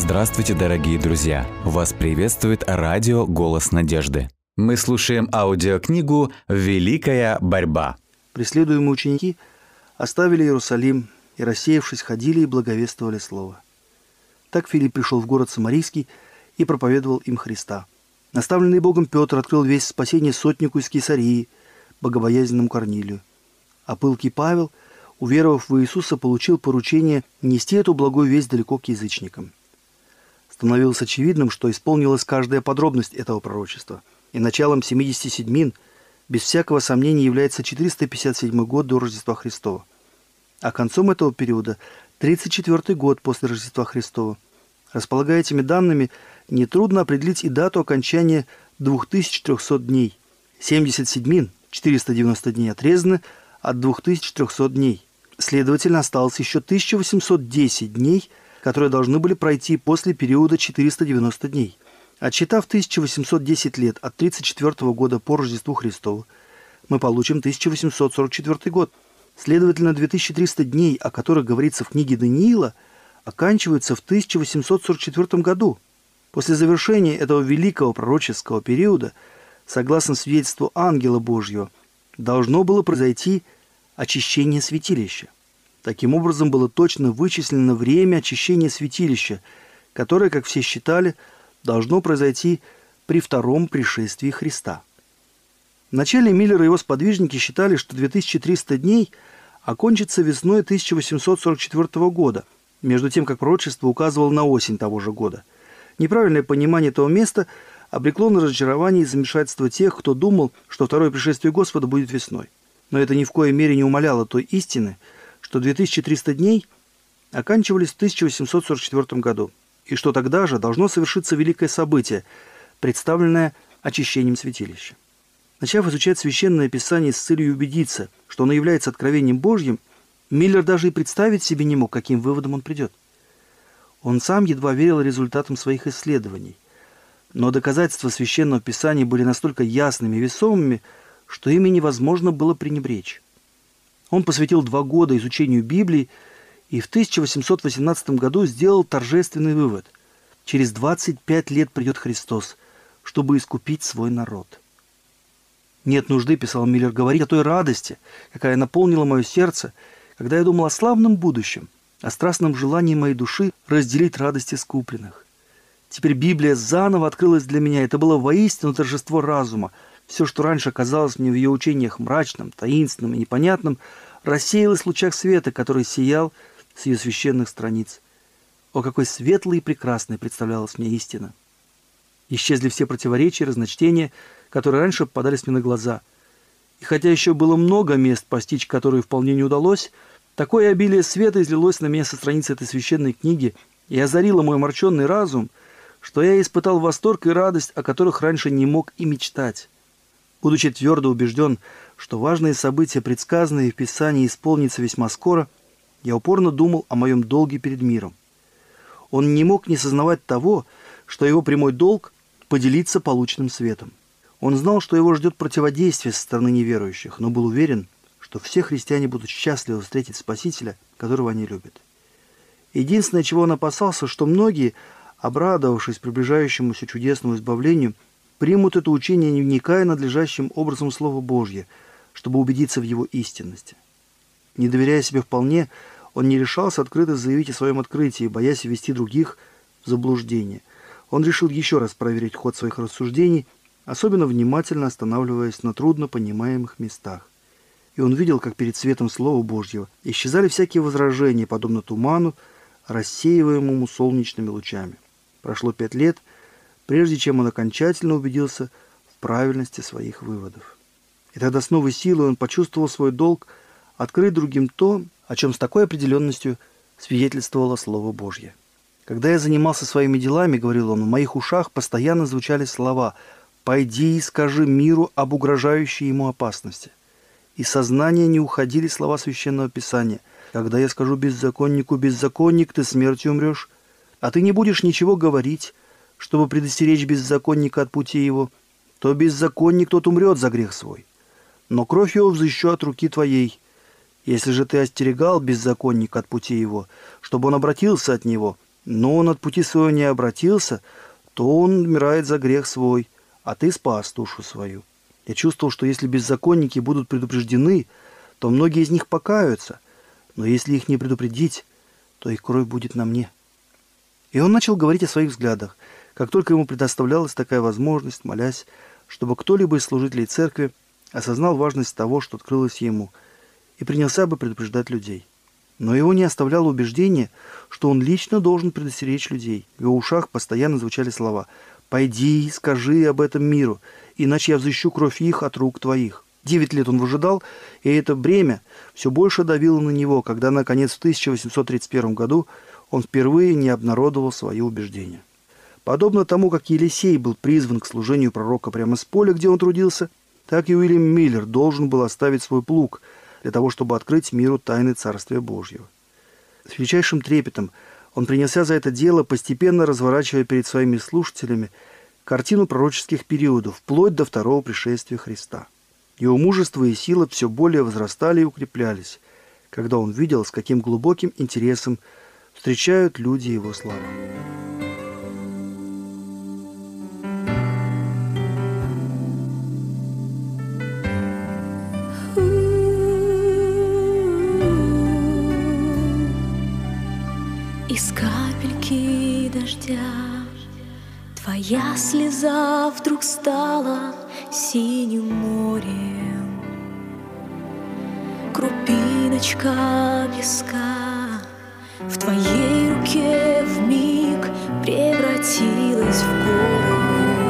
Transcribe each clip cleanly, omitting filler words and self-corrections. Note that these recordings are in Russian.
Здравствуйте, дорогие друзья! Вас приветствует радио «Голос надежды». Мы слушаем аудиокнигу «Великая борьба». Преследуемые ученики оставили Иерусалим и, рассеявшись, ходили и благовествовали Слово. Так Филипп пришел в город Самарийский и проповедовал им Христа. Наставленный Богом Петр открыл весть спасения сотнику из Кесарии, богобоязненному Корнилию. А пылкий Павел, уверовав в Иисуса, получил поручение нести эту благую весть далеко к язычникам. Становилось очевидным, что исполнилась каждая подробность этого пророчества, и началом 70 седьмин без всякого сомнения является 457 год до Рождества Христова, а концом этого периода 34 год после Рождества Христова. Располагая этими данными, нетрудно определить и дату окончания 2300 дней. 70 седьмин, 490 дней, отрезаны от 2300 дней. Следовательно, осталось еще 1810 дней, которые должны были пройти после периода 490 дней. Отсчитав 1810 лет от 34 года по Рождеству Христову, мы получим 1844 год. Следовательно, 2300 дней, о которых говорится в книге Даниила, оканчиваются в 1844 году. После завершения этого великого пророческого периода, согласно свидетельству ангела Божьего, должно было произойти очищение святилища. Таким образом, было точно вычислено время очищения святилища, которое, как все считали, должно произойти при втором пришествии Христа. Вначале Миллер и его сподвижники считали, что 2300 дней окончится весной 1844 года, между тем, как пророчество указывало на осень того же года. Неправильное понимание этого места обрекло на разочарование и замешательство тех, кто думал, что второе пришествие Господа будет весной. Но это ни в коей мере не умаляло той истины, что 2300 дней оканчивались в 1844 году, и что тогда же должно совершиться великое событие, представленное очищением святилища. Начав изучать Священное Писание с целью убедиться, что оно является откровением Божьим, Миллер даже и представить себе не мог, каким выводом он придет. Он сам едва верил результатам своих исследований, но доказательства Священного Писания были настолько ясными и весомыми, что ими невозможно было пренебречь. Он посвятил 2 года изучению Библии и в 1818 году сделал торжественный вывод: через 25 лет придет Христос, чтобы искупить свой народ. «Нет нужды, — писал Миллер, — говорить о той радости, какая наполнила мое сердце, когда я думал о славном будущем, о страстном желании моей души разделить радость искупленных. Теперь Библия заново открылась для меня, это было воистину торжество разума. Все, что раньше казалось мне в ее учениях мрачным, таинственным и непонятным, рассеялось в лучах света, который сиял с ее священных страниц. О, какой светлой и прекрасной представлялась мне истина! Исчезли все противоречия, разночтения, которые раньше попадались мне на глаза. И хотя еще было много мест, постичь которые вполне не удалось, такое обилие света излилось на меня со страницы этой священной книги и озарило мой омраченный разум, что я испытал восторг и радость, о которых раньше не мог и мечтать. Будучи твердо убежден, что важные события, предсказанные в Писании, исполнятся весьма скоро, я упорно думал о моем долге перед миром. Он не мог не сознавать того, что его прямой долг – поделиться полученным светом. Он знал, что его ждет противодействие со стороны неверующих, но был уверен, что все христиане будут счастливы встретить Спасителя, которого они любят. Единственное, чего он опасался, что многие, обрадовавшись приближающемуся чудесному избавлению, примут это учение, не вникая надлежащим образом в Слово Божье, чтобы убедиться в его истинности. Не доверяя себе вполне, он не решался открыто заявить о своем открытии, боясь ввести других в заблуждение. Он решил еще раз проверить ход своих рассуждений, особенно внимательно останавливаясь на трудно понимаемых местах. И он видел, как перед светом Слова Божьего исчезали всякие возражения, подобно туману, рассеиваемому солнечными лучами. Прошло 5 лет, прежде чем он окончательно убедился в правильности своих выводов. И тогда с новой силой он почувствовал свой долг открыть другим то, о чем с такой определенностью свидетельствовало Слово Божье. «Когда я занимался своими делами, — говорил он, — в моих ушах постоянно звучали слова: «Пойди и скажи миру об угрожающей ему опасности». Из сознания не уходили слова Священного Писания: «Когда я скажу беззаконнику: беззаконник, ты смертью умрешь, а ты не будешь ничего говорить, чтобы предостеречь беззаконника от пути его, то беззаконник тот умрет за грех свой. Но кровь его взыщу от руки твоей. Если же ты остерегал беззаконника от пути его, чтобы он обратился от него, но он от пути своего не обратился, то он умирает за грех свой, а ты спас душу свою. Я чувствовал, что если беззаконники будут предупреждены, то многие из них покаются, но если их не предупредить, то их кровь будет на мне». И он начал говорить о своих взглядах, как только ему предоставлялась такая возможность, молясь, чтобы кто-либо из служителей церкви осознал важность того, что открылось ему, и принялся бы предупреждать людей. Но его не оставляло убеждение, что он лично должен предостеречь людей. В его ушах постоянно звучали слова: «Пойди, скажи об этом миру, иначе я взыщу кровь их от рук твоих». 9 лет он выжидал, и это бремя все больше давило на него, когда, наконец, в 1831 году он впервые не обнародовал свои убеждения. Подобно тому, как Елисей был призван к служению пророка прямо с поля, где он трудился, так и Уильям Миллер должен был оставить свой плуг для того, чтобы открыть миру тайны Царствия Божьего. С величайшим трепетом он принялся за это дело, постепенно разворачивая перед своими слушателями картину пророческих периодов, вплоть до второго пришествия Христа. Его мужество и сила все более возрастали и укреплялись, когда он видел, с каким глубоким интересом встречают люди его слова. Из капельки дождя твоя слеза вдруг стала синим морем. Крупиночка песка в твоей руке вмиг превратилась в гору.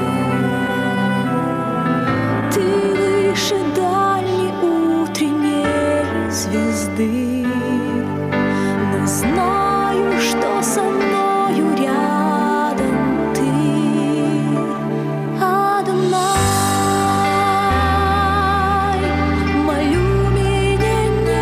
Ты выше дальней утренней звезды, но знаю, что со мною рядом ты, Адонай. Молю, меня не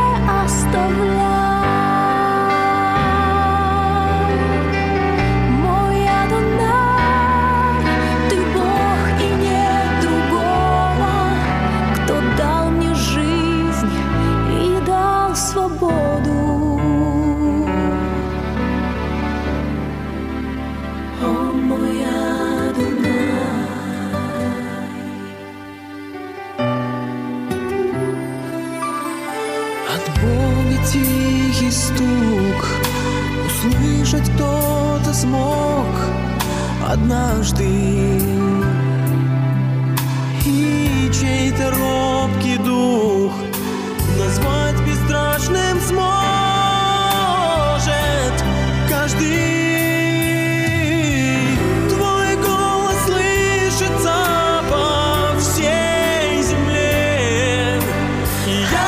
оставляй, мой Адонай. Ты Бог, и нет другого, кто дал мне жизнь и дал свободу. Тихий стук услышать кто-то смог однажды, и чей-то робкий дух назвать бесстрашным сможет каждый. Твой голос слышится по всей земле, и я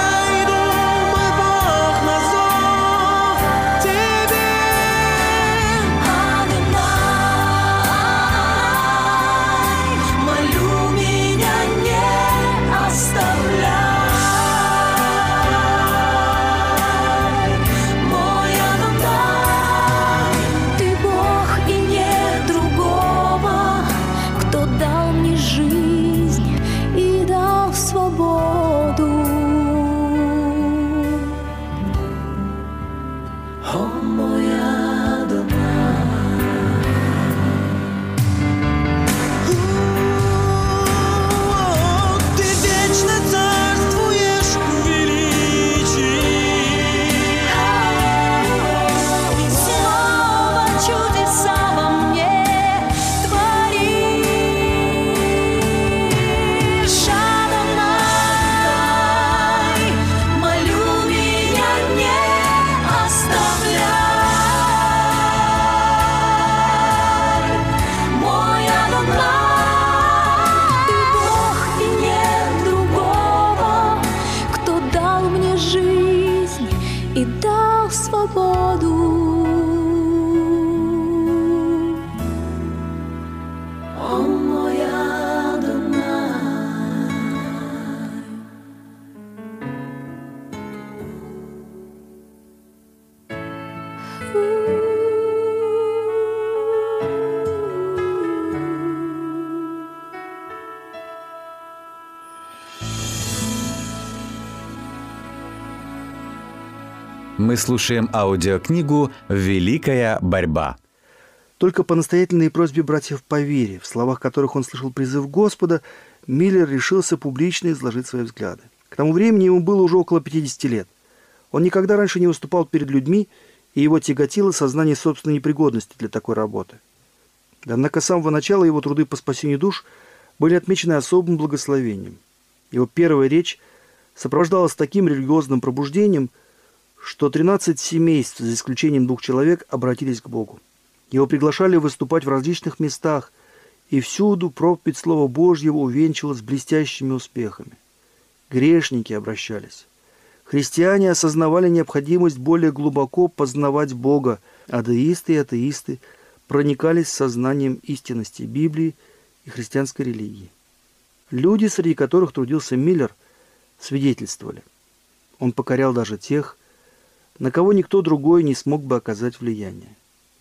Мы слушаем аудиокнигу «Великая борьба». Только по настоятельной просьбе братьев по вере, в словах которых он слышал призыв Господа, Миллер решился публично изложить свои взгляды. К тому времени ему было уже около 50 лет. Он никогда раньше не выступал перед людьми, и его тяготило сознание собственной непригодности для такой работы. Однако с самого начала его труды по спасению душ были отмечены особым благословением. Его первая речь сопровождалась таким религиозным пробуждением, что 13 семейств, за исключением 2 человек, обратились к Богу. Его приглашали выступать в различных местах, и всюду проповедь Слова Божьего увенчивалась блестящими успехами. Грешники обращались. Христиане осознавали необходимость более глубоко познавать Бога, а деисты и атеисты проникались сознанием истинности Библии и христианской религии. Люди, среди которых трудился Миллер, свидетельствовали. Он покорял даже тех, на кого никто другой не смог бы оказать влияние.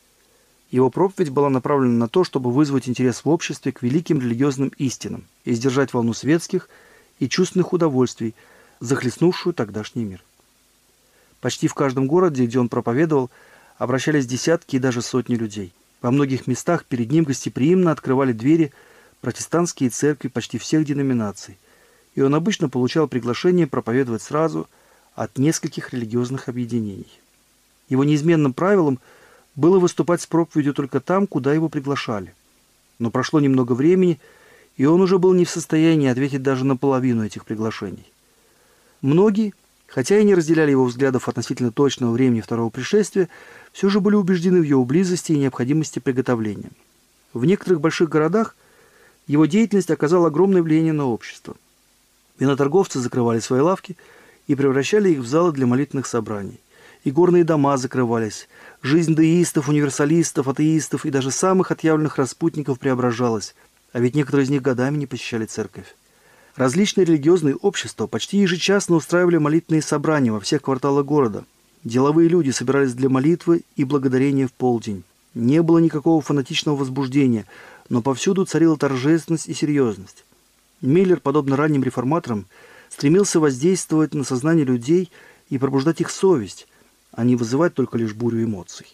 Его проповедь была направлена на то, чтобы вызвать интерес в обществе к великим религиозным истинам и сдержать волну светских и чувственных удовольствий, захлестнувшую тогдашний мир. Почти в каждом городе, где он проповедовал, обращались десятки и даже сотни людей. Во многих местах перед ним гостеприимно открывали двери протестантские церкви почти всех деноминаций, и он обычно получал приглашение проповедовать сразу от нескольких религиозных объединений. Его неизменным правилом было выступать с проповедью только там, куда его приглашали. Но прошло немного времени, и он уже был не в состоянии ответить даже на половину этих приглашений. Многие, хотя и не разделяли его взглядов относительно точного времени второго пришествия, все же были убеждены в его близости и необходимости приготовления. В некоторых больших городах его деятельность оказала огромное влияние на общество. Виноторговцы закрывали свои лавки и превращали их в залы для молитвенных собраний. И горные дома закрывались. Жизнь деистов, универсалистов, атеистов и даже самых отъявленных распутников преображалась, а ведь некоторые из них годами не посещали церковь. Различные религиозные общества почти ежечасно устраивали молитвенные собрания во всех кварталах города. Деловые люди собирались для молитвы и благодарения в полдень. Не было никакого фанатичного возбуждения, но повсюду царила торжественность и серьезность. Миллер, подобно ранним реформаторам, стремился воздействовать на сознание людей и пробуждать их совесть, а не вызывать только лишь бурю эмоций.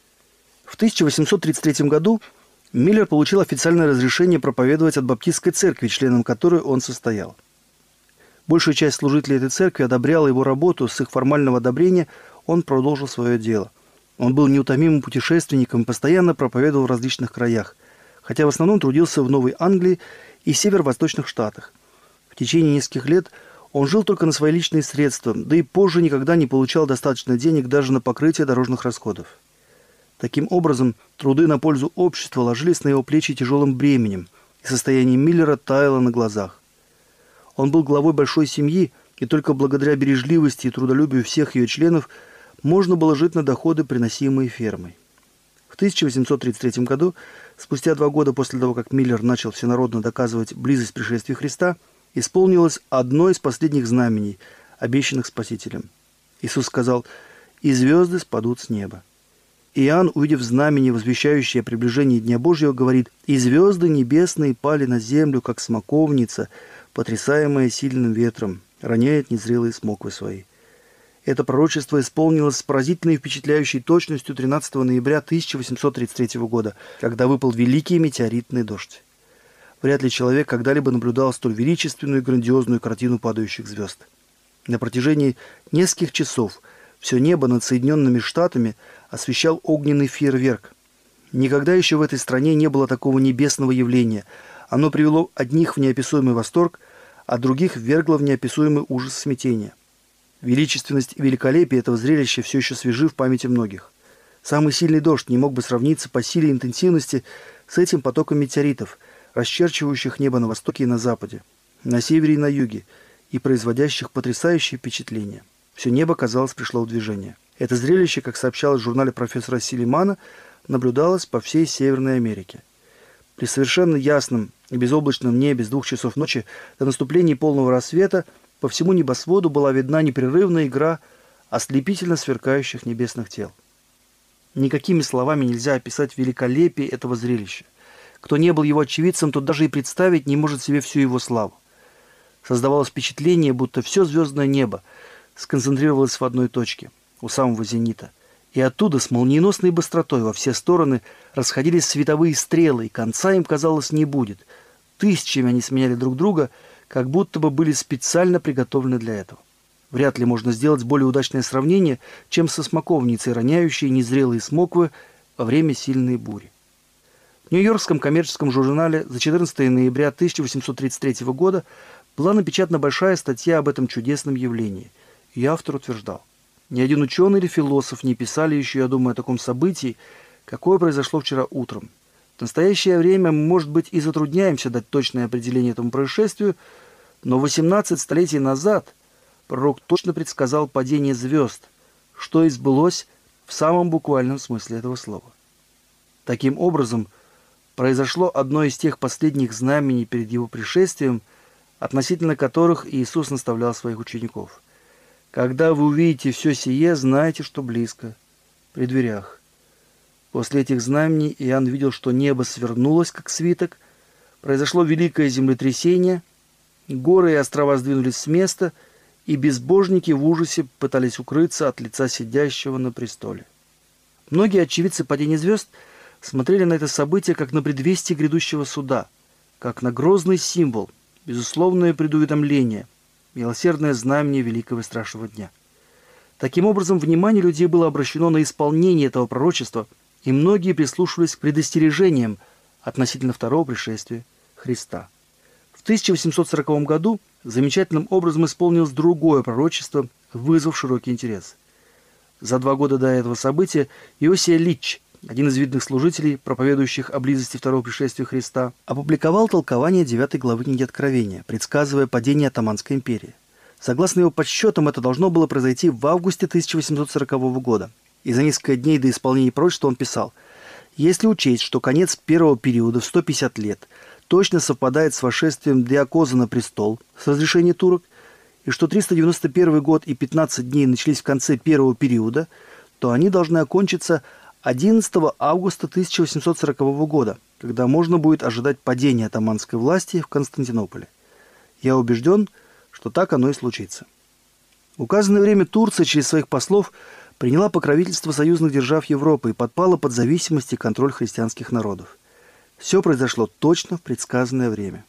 В 1833 году Миллер получил официальное разрешение проповедовать от баптистской церкви, членом которой он состоял. Большая часть служителей этой церкви одобряла его работу, с их формального одобрения он продолжил свое дело. Он был неутомимым путешественником и постоянно проповедовал в различных краях, хотя в основном трудился в Новой Англии и северо-восточных штатах. В течение нескольких лет он жил только на свои личные средства, да и позже никогда не получал достаточно денег даже на покрытие дорожных расходов. Таким образом, труды на пользу общества ложились на его плечи тяжелым бременем, и состояние Миллера таяло на глазах. Он был главой большой семьи, и только благодаря бережливости и трудолюбию всех ее членов можно было жить на доходы, приносимые фермой. В 1833 году, спустя 2 года после того, как Миллер начал всенародно доказывать близость пришествия Христа, исполнилось одно из последних знамений, обещанных Спасителем. Иисус сказал: «И звезды спадут с неба». Иоанн, увидев знамение, возвещающее о приближении Дня Божьего, говорит: «И звезды небесные пали на землю, как смоковница, потрясаемая сильным ветром, роняет незрелые смоквы свои». Это пророчество исполнилось с поразительной и впечатляющей точностью 13 ноября 1833 года, когда выпал великий метеоритный дождь. Вряд ли человек когда-либо наблюдал столь величественную и грандиозную картину падающих звезд. На протяжении нескольких часов все небо над Соединенными Штатами освещал огненный фейерверк. Никогда еще в этой стране не было такого небесного явления. Оно привело одних в неописуемый восторг, а других ввергло в неописуемый ужас смятения. Величественность и великолепие этого зрелища все еще свежи в памяти многих. Самый сильный дождь не мог бы сравниться по силе и интенсивности с этим потоком метеоритов, расчерчивающих небо на востоке и на западе, на севере и на юге, и производящих потрясающее впечатление. Все небо, казалось, пришло в движение. Это зрелище, как сообщалось в журнале профессора Силимана, наблюдалось по всей Северной Америке. При совершенно ясном и безоблачном небе с 2 часов ночи до наступления полного рассвета по всему небосводу была видна непрерывная игра ослепительно сверкающих небесных тел. Никакими словами нельзя описать великолепие этого зрелища. Кто не был его очевидцем, тот даже и представить не может себе всю его славу. Создавалось впечатление, будто все звездное небо сконцентрировалось в одной точке. у самого зенита, и оттуда с молниеносной быстротой во все стороны расходились световые стрелы, и конца им, казалось, не будет. Тысячами они сменяли друг друга, как будто бы были специально приготовлены для этого. Вряд ли можно сделать более удачное сравнение, чем со смоковницей, роняющей незрелые смоквы во время сильной бури. В Нью-Йоркском коммерческом журнале за 14 ноября 1833 года была напечатана большая статья об этом чудесном явлении. И автор утверждал: ни один ученый или философ не писали еще, я думаю, о таком событии, какое произошло вчера утром. В настоящее время мы, может быть, и затрудняемся дать точное определение этому происшествию, но 18 столетий назад пророк точно предсказал падение звезд, что и сбылось в самом буквальном смысле этого слова. Таким образом, произошло одно из тех последних знамений перед его пришествием, относительно которых Иисус наставлял своих учеников. «Когда вы увидите все сие, знайте, что близко, при дверях». После этих знамений Иоанн видел, что небо свернулось, как свиток, произошло великое землетрясение, горы и острова сдвинулись с места, и безбожники в ужасе пытались укрыться от лица сидящего на престоле. Многие очевидцы падения звезд смотрели на это событие как на предвестие грядущего суда, как на грозный символ, безусловное предуведомление, милосердное знамение великого и страшного дня. Таким образом, внимание людей было обращено на исполнение этого пророчества, и многие прислушивались к предостережениям относительно второго пришествия Христа. В 1840 году замечательным образом исполнилось другое пророчество, вызвав широкий интерес. За 2 года до этого события Иосия Лич, один из видных служителей, проповедующих о близости второго пришествия Христа, опубликовал толкование 9 главы книги Откровения, предсказывая падение Оттоманской империи. Согласно его подсчетам, это должно было произойти в августе 1840 года. И за несколько дней до исполнения пророчества он писал: «Если учесть, что конец первого периода в 150 лет точно совпадает с восшествием Диокоза на престол с разрешения турок, и что 391 год и 15 дней начались в конце первого периода, то они должны окончиться 11 августа 1840 года, когда можно будет ожидать падения оттоманской власти в Константинополе. Я убежден, что так оно и случится». В указанное время Турция через своих послов приняла покровительство союзных держав Европы и подпала под зависимость и контроль христианских народов. Все произошло точно в предсказанное время.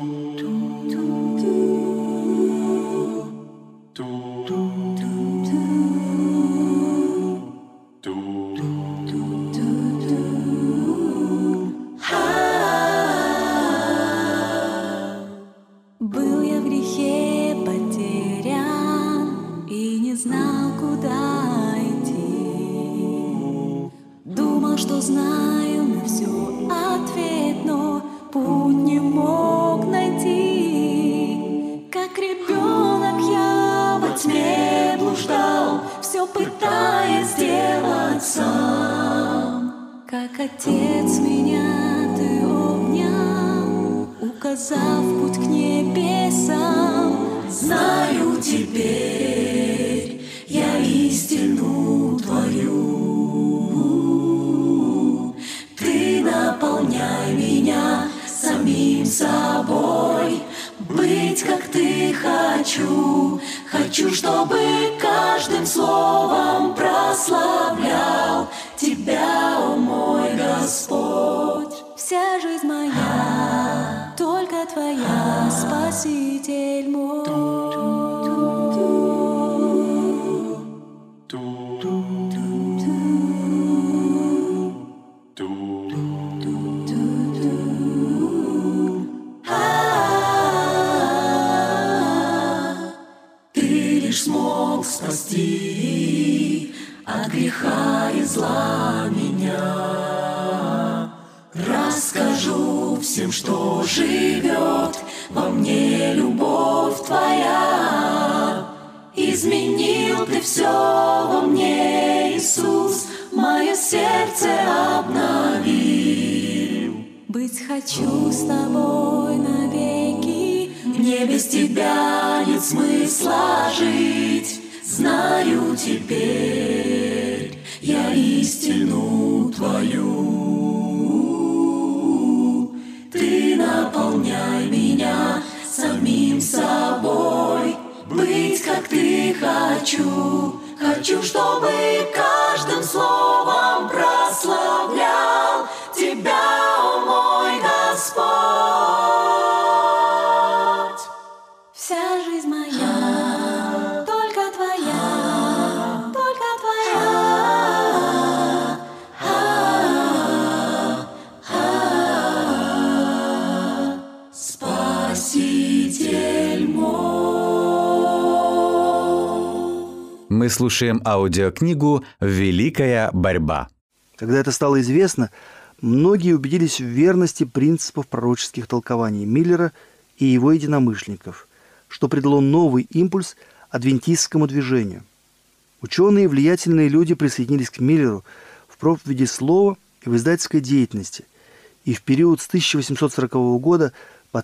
Был я в грехе потерян и не знал, куда идти. Думал, что знаю на все ответ, но путь не мог найти. Как ребенок я во тьме блуждал, все пытаясь сделать сам. Как отец меня ты обнял, указав путь к небесам. Знаю теперь я истину твою. Ты наполняй меня самим собой, быть как ты хочу. Хочу, чтобы каждым словом прославлял тебя, о мой Господь. Вся жизнь моя только твоя, Спаситель мой. Ты лишь смог спасти от греха и зла меня. Расскажу всем, что живет во мне любовь твоя. Изменил ты все во мне, Иисус, мое сердце обновил. Быть хочу с тобой навеки, мне без тебя нет смысла жить. Знаю теперь я истину твою. Ты наполняй меня самим собой, быть как ты хочу. Хочу хочу, чтобы каждым словом прославлял Тебя, о мой Господь. Вся жизнь моя, только Твоя, только Твоя. Спаситель мой. Мы слушаем аудиокнигу «Великая борьба». Когда это стало известно, многие убедились в верности принципов пророческих толкований Миллера и его единомышленников, что придало новый импульс адвентистскому движению. Ученые и влиятельные люди присоединились к Миллеру в проповеди слова и в издательской деятельности, и в период с 1840 года по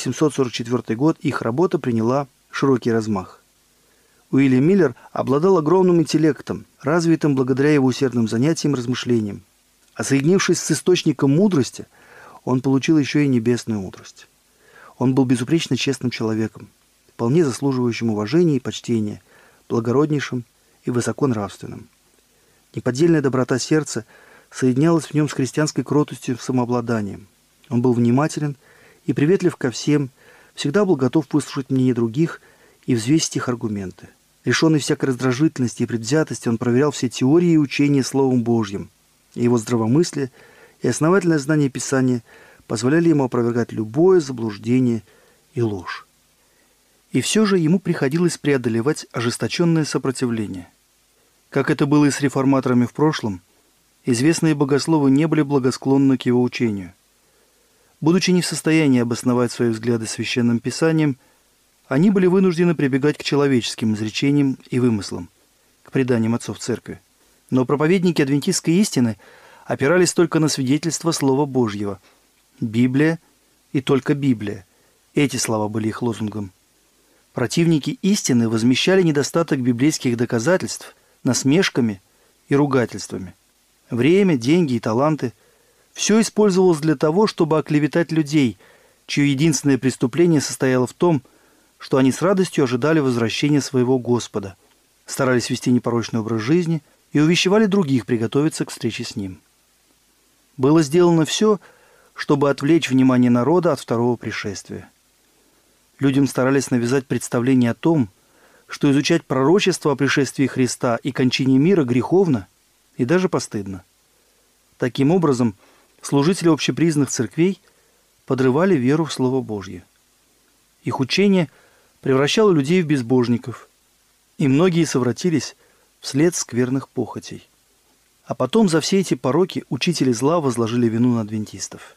1844 год их работа приняла широкий размах. Уильям Миллер обладал огромным интеллектом, развитым благодаря его усердным занятиям и размышлениям. А соединившись с источником мудрости, он получил еще и небесную мудрость. Он был безупречно честным человеком, вполне заслуживающим уважения и почтения, благороднейшим и высоконравственным. Неподдельная доброта сердца соединялась в нем с христианской кротостью и самообладанием. Он был внимателен и приветлив ко всем, всегда был готов выслушать мнение других и взвесить их аргументы. Лишенный всякой раздражительности и предвзятости, он проверял все теории и учения Словом Божьим, и его здравомыслие и основательное знание Писания позволяли ему опровергать любое заблуждение и ложь. И все же ему приходилось преодолевать ожесточенное сопротивление. Как это было и с реформаторами в прошлом, известные богословы не были благосклонны к его учению. Будучи не в состоянии обосновать свои взгляды священным писанием, они были вынуждены прибегать к человеческим изречениям и вымыслам, к преданиям отцов церкви. Но проповедники адвентистской истины опирались только на свидетельство Слова Божьего. Библия и только Библия. Эти слова были их лозунгом. Противники истины возмещали недостаток библейских доказательств насмешками и ругательствами. Время, деньги и таланты – все использовалось для того, чтобы оклеветать людей, чье единственное преступление состояло в том, что они с радостью ожидали возвращения своего Господа, старались вести непорочный образ жизни и увещевали других приготовиться к встрече с Ним. Было сделано все, чтобы отвлечь внимание народа от второго пришествия. Людям старались навязать представление о том, что изучать пророчество о пришествии Христа и кончине мира греховно и даже постыдно. Таким образом, служители общепризнанных церквей подрывали веру в Слово Божье. Их учение превращало людей в безбожников, и многие совратились вслед скверных похотей. А потом за все эти пороки учители зла возложили вину на адвентистов.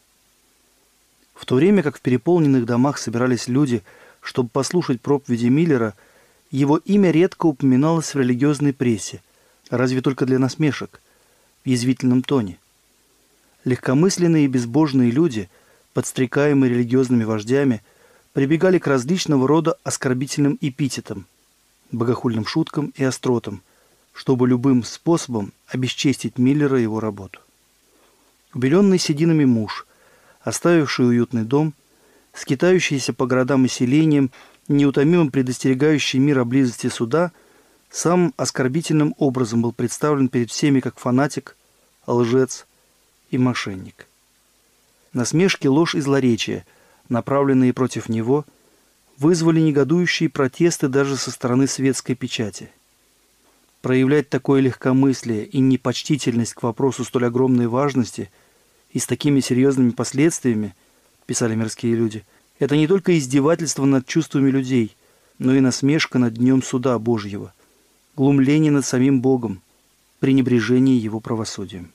В то время как в переполненных домах собирались люди, чтобы послушать проповеди Миллера, его имя редко упоминалось в религиозной прессе, разве только для насмешек, в язвительном тоне. Легкомысленные и безбожные люди, подстрекаемые религиозными вождями, прибегали к различного рода оскорбительным эпитетам, богохульным шуткам и остротам, чтобы любым способом обесчестить Миллера и его работу. Убеленный сединами муж, оставивший уютный дом, скитающийся по городам и селениям, неутомимо предостерегающий мир о близости суда, самым оскорбительным образом был представлен перед всеми как фанатик, лжец и мошенник. Насмешки, ложь и злоречие, направленные против него, вызвали негодующие протесты даже со стороны светской печати. Проявлять такое легкомыслие и непочтительность к вопросу столь огромной важности и с такими серьезными последствиями, писали мирские люди, это не только издевательство над чувствами людей, но и насмешка над днем суда Божьего, глумление над самим Богом, пренебрежение его правосудием.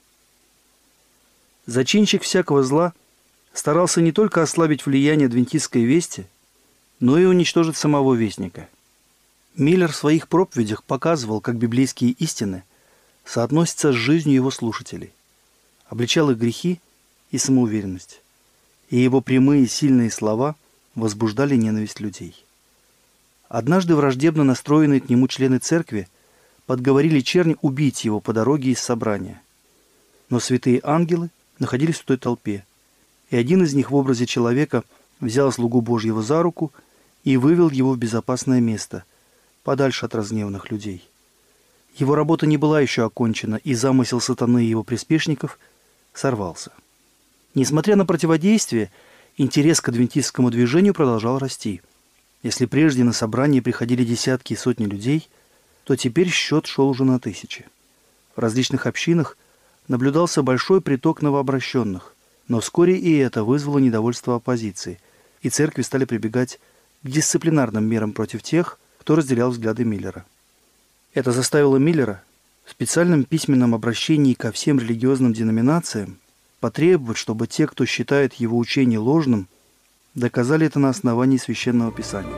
Зачинщик всякого зла старался не только ослабить влияние адвентистской вести, но и уничтожить самого вестника. Миллер в своих проповедях показывал, как библейские истины соотносятся с жизнью его слушателей, обличал их грехи и самоуверенность, и его прямые сильные слова возбуждали ненависть людей. Однажды враждебно настроенные к нему члены церкви подговорили черни убить его по дороге из собрания. Но святые ангелы находились в той толпе, и один из них в образе человека взял слугу Божьего за руку и вывел его в безопасное место, подальше от разгневанных людей. Его работа не была еще окончена, и замысел сатаны и его приспешников сорвался. Несмотря на противодействие, интерес к адвентистскому движению продолжал расти. Если прежде на собрания приходили десятки и сотни людей, то теперь счет шел уже на тысячи. В различных общинах наблюдался большой приток новообращенных, но вскоре и это вызвало недовольство оппозиции, и церкви стали прибегать к дисциплинарным мерам против тех, кто разделял взгляды Миллера. Это заставило Миллера в специальном письменном обращении ко всем религиозным деноминациям потребовать, чтобы те, кто считает его учение ложным, доказали это на основании Священного Писания.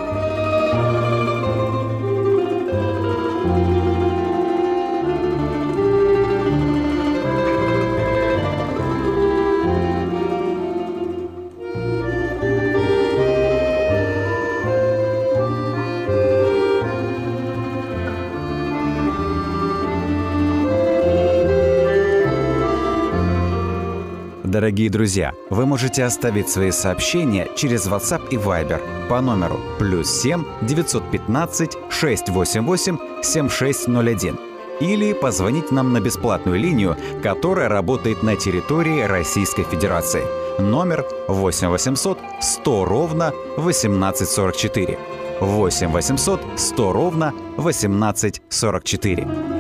Дорогие друзья, вы можете оставить свои сообщения через WhatsApp и Viber по номеру +7 915 688 7601 или позвонить нам на бесплатную линию, которая работает на территории Российской Федерации. Номер 8 800 100 ровно 1844. 8 800 100 ровно 1844.